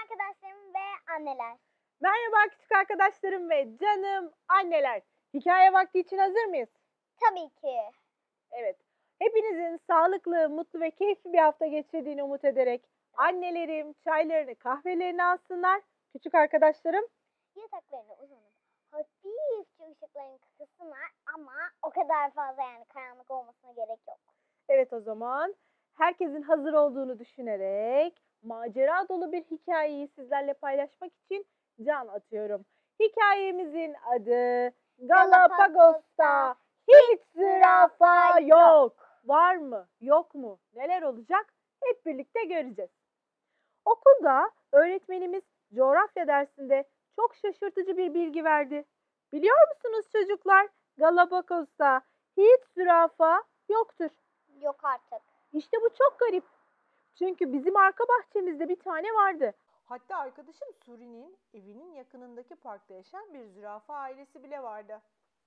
arkadaşlarım ve anneler. Merhaba küçük arkadaşlarım ve canım anneler. Hikaye vakti için hazır mıyız? Tabii ki. Evet. Hepinizin sağlıklı, mutlu ve keyifli bir hafta geçirdiğini umut ederek annelerim çaylarını, kahvelerini alsınlar. Küçük arkadaşlarım. Yataklarına uzanıp hafifçe ışıklarını kıssınlar ama o kadar fazla yani karanlık olmasına gerek yok. Evet, o zaman herkesin hazır olduğunu düşünerek macera dolu bir hikayeyi sizlerle paylaşmak için can atıyorum. Hikayemizin adı Galapagos'ta hiç zürafa yok. Var mı? Yok mu? Neler olacak? Hep birlikte göreceğiz. Okulda öğretmenimiz coğrafya dersinde çok şaşırtıcı bir bilgi verdi. Biliyor musunuz çocuklar? Galapagos'ta hiç zürafa yoktur. Yok artık. İşte bu çok garip. Çünkü bizim arka bahçemizde bir tane vardı. Hatta arkadaşım Suri'nin evinin yakınındaki parkta yaşayan bir zürafa ailesi bile vardı.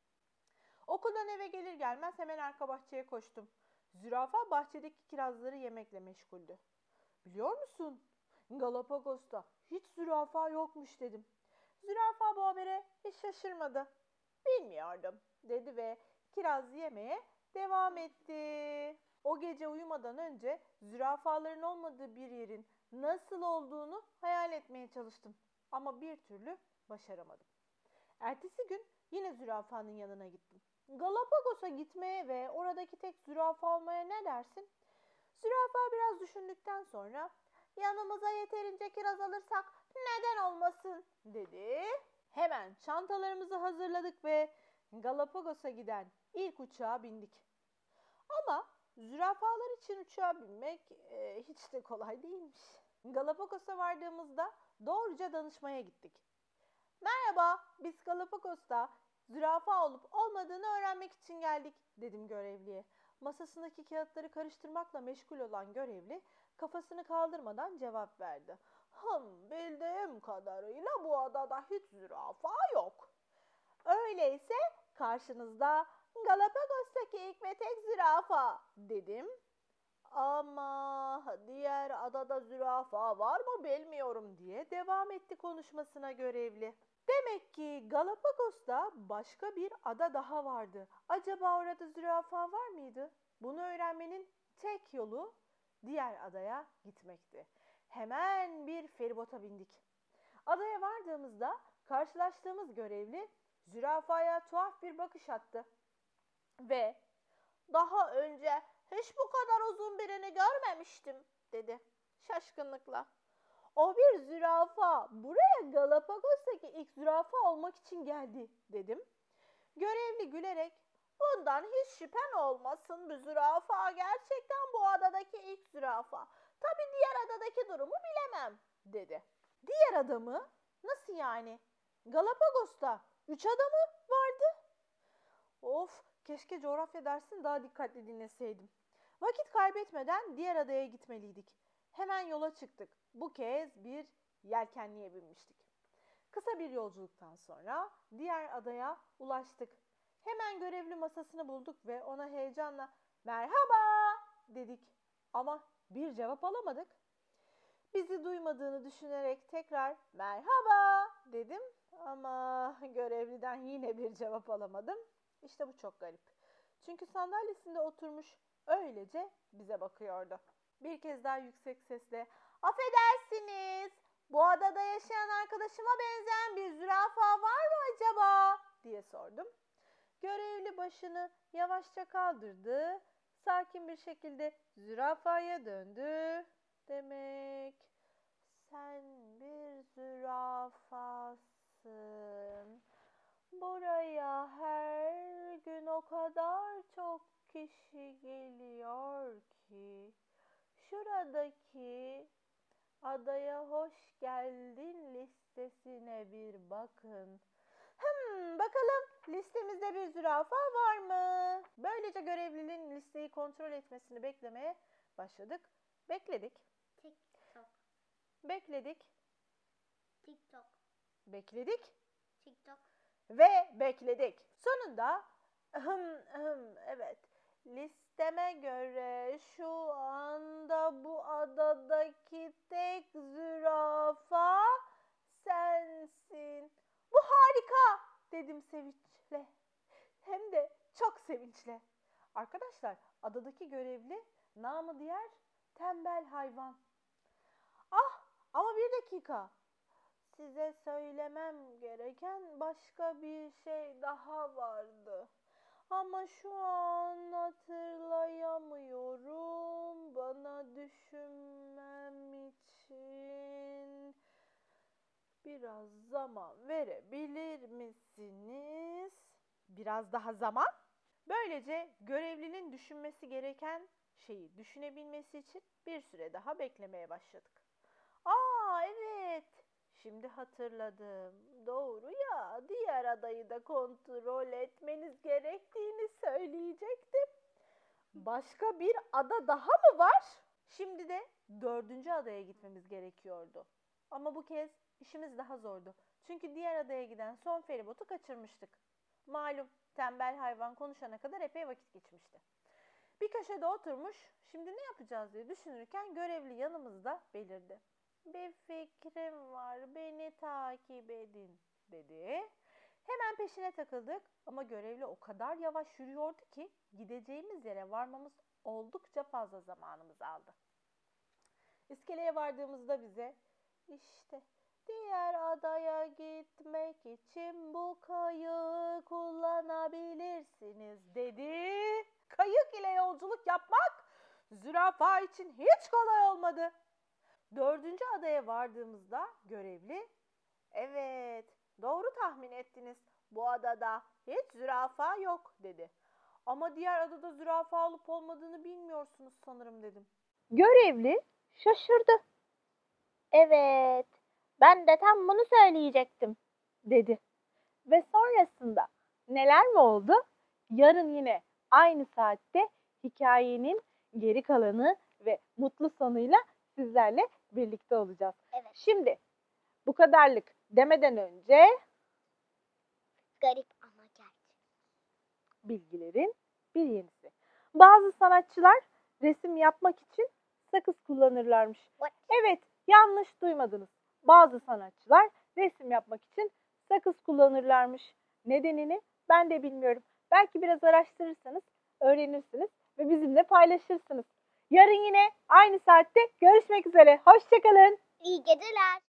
Okuldan eve gelir gelmez hemen arka bahçeye koştum. Zürafa bahçedeki kirazları yemekle meşguldü. Biliyor musun? Galapagos'ta hiç zürafa yokmuş dedim. Zürafa bu habere hiç şaşırmadı. Bilmiyordum dedi ve kiraz yemeye devam etti. O gece uyumadan önce zürafaların olmadığı bir yerin nasıl olduğunu hayal etmeye çalıştım. Ama bir türlü başaramadım. Ertesi gün yine zürafanın yanına gittim. Galapagos'a gitmeye ve oradaki tek zürafa olmaya ne dersin? Zürafa biraz düşündükten sonra yanımıza yeterince kiraz alırsak neden olmasın dedi. Hemen çantalarımızı hazırladık ve Galapagos'a giden ilk uçağa bindik. Ama zürafalar için uçağa binmek hiç de kolay değilmiş. Galapagos'a vardığımızda doğruca danışmaya gittik. Merhaba, biz Galapagos'ta zürafa olup olmadığını öğrenmek için geldik dedim görevliye. Masasındaki kağıtları karıştırmakla meşgul olan görevli kafasını kaldırmadan cevap verdi. Bildiğim kadarıyla bu adada hiç zürafa yok. Öyleyse karşınızda Galapagos'taki ilk ve tek zürafa dedim. Ama diğer adada zürafa var mı bilmiyorum diye devam etti konuşmasına görevli. Demek ki Galapagos'ta başka bir ada daha vardı. Acaba orada zürafa var mıydı? Bunu öğrenmenin tek yolu diğer adaya gitmekti. Hemen bir feribota bindik. Adaya vardığımızda karşılaştığımız görevli zürafaya tuhaf bir bakış attı. Ve daha önce hiç bu kadar uzun birini görmemiştim dedi şaşkınlıkla. O bir zürafa. Buraya Galapagos'taki ilk zürafa olmak için geldi dedim. Görevli gülerek bundan hiç şüphen olmasın, bu zürafa gerçekten bu adadaki ilk zürafa. Tabii diğer adadaki durumu bilemem dedi. Diğer ada mı? Nasıl yani? Galapagos'ta 3 ada mı vardı? Of, keşke coğrafya dersini daha dikkatli dinleseydim. Vakit kaybetmeden diğer adaya gitmeliydik. Hemen yola çıktık. Bu kez bir yelkenliye binmiştik. Kısa bir yolculuktan sonra diğer adaya ulaştık. Hemen görevli masasını bulduk ve ona heyecanla merhaba dedik. Ama bir cevap alamadık. Bizi duymadığını düşünerek tekrar merhaba dedim. Ama görevliden yine bir cevap alamadım. İşte bu çok garip. Çünkü sandalyesinde oturmuş öylece bize bakıyordu. Bir kez daha yüksek sesle affedersiniz, bu adada yaşayan arkadaşıma benzeyen bir zürafa var mı acaba diye sordum. Görevli başını yavaşça kaldırdı. Sakin bir şekilde zürafaya döndü. Demek sen bir zürafasın. Buraya her gün o kadar çok kişi geliyor ki. Şuradaki adaya hoş geldin listesine bir bakın. Bakalım listemizde bir zürafa var mı? Böylece görevlinin listeyi kontrol etmesini beklemeye başladık. Bekledik. TikTok. Bekledik. TikTok. Bekledik. TikTok. Ve bekledik. Sonunda evet, listeme göre şu anda bu adadaki tek zürafa dedim sevinçle. Hem de çok sevinçle. Arkadaşlar, adadaki görevli namı diğer tembel hayvan. Ah, ama bir dakika. Size söylemem gereken başka bir şey daha vardı. Ama şu an hatırlayamıyorum. Bana düşünmem için biraz zaman verebilir misiniz? Biraz daha zaman. Böylece görevlinin düşünmesi gereken şeyi düşünebilmesi için bir süre daha beklemeye başladık. Aa, evet. Şimdi hatırladım. Doğru ya, diğer adayı da kontrol etmeniz gerektiğini söyleyecektim. Başka bir ada daha mı var? Şimdi de 4. adaya gitmemiz gerekiyordu. Ama bu kez işimiz daha zordu. Çünkü diğer adaya giden son feribotu kaçırmıştık. Malum, tembel hayvan konuşana kadar epey vakit geçmişti. Bir köşede oturmuş, şimdi ne yapacağız diye düşünürken görevli yanımızda belirdi. Bir fikrim var, beni takip edin dedi. Hemen peşine takıldık ama görevli o kadar yavaş yürüyordu ki gideceğimiz yere varmamız oldukça fazla zamanımızı aldı. İskeleye vardığımızda bize işte diğer adaya gitmek için bu kayığı kullanabilirsiniz dedi. Kayık ile yolculuk yapmak zürafa için hiç kolay olmadı. 4. adaya vardığımızda görevli, evet doğru tahmin ettiniz, bu adada hiç zürafa yok dedi. Ama diğer adada zürafa olup olmadığını bilmiyorsunuz sanırım dedim. Görevli şaşırdı. Evet, ben de tam bunu söyleyecektim. Dedi. Ve sonrasında neler mi oldu? Yarın yine aynı saatte hikayenin geri kalanı ve mutlu sonuyla sizlerle birlikte olacağız. Evet. Şimdi bu kadarlık demeden önce Garip ama gerçek. bilgilerin bir yenisi. Bazı sanatçılar resim yapmak için sakız kullanırlarmış. What? Evet, yanlış duymadınız. Bazı sanatçılar resim yapmak için sakız kullanırlarmış. Nedenini ben de bilmiyorum. Belki biraz araştırırsanız öğrenirsiniz ve bizimle paylaşırsınız. Yarın yine aynı saatte görüşmek üzere. Hoşça kalın. İyi geceler.